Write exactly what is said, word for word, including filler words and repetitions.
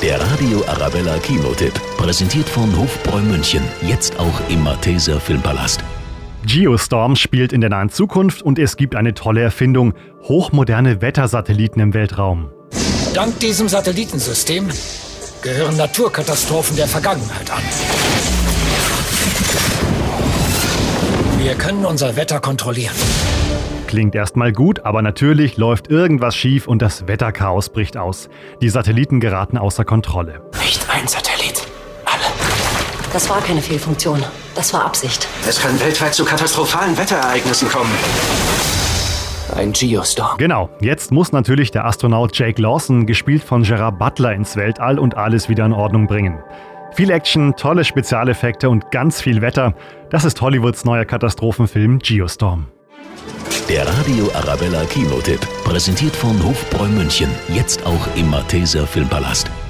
Der Radio Arabella Kinotipp, präsentiert von Hofbräu München, jetzt auch im Malteser Filmpalast. Geostorm spielt in der nahen Zukunft und es gibt eine tolle Erfindung: hochmoderne Wettersatelliten im Weltraum. Dank diesem Satellitensystem gehören Naturkatastrophen der Vergangenheit an. Wir können unser Wetter kontrollieren. Klingt erstmal gut, aber natürlich läuft irgendwas schief und das Wetterchaos bricht aus. Die Satelliten geraten außer Kontrolle. Nicht ein Satellit, alle. Das war keine Fehlfunktion, das war Absicht. Es kann weltweit zu katastrophalen Wetterereignissen kommen. Ein Geostorm. Genau, jetzt muss natürlich der Astronaut Jake Lawson, gespielt von Gerard Butler, ins Weltall und alles wieder in Ordnung bringen. Viel Action, tolle Spezialeffekte und ganz viel Wetter. Das ist Hollywoods neuer Katastrophenfilm Geostorm. Der Radio Arabella Kinotipp, präsentiert von Hofbräu München, jetzt auch im Malteser Filmpalast.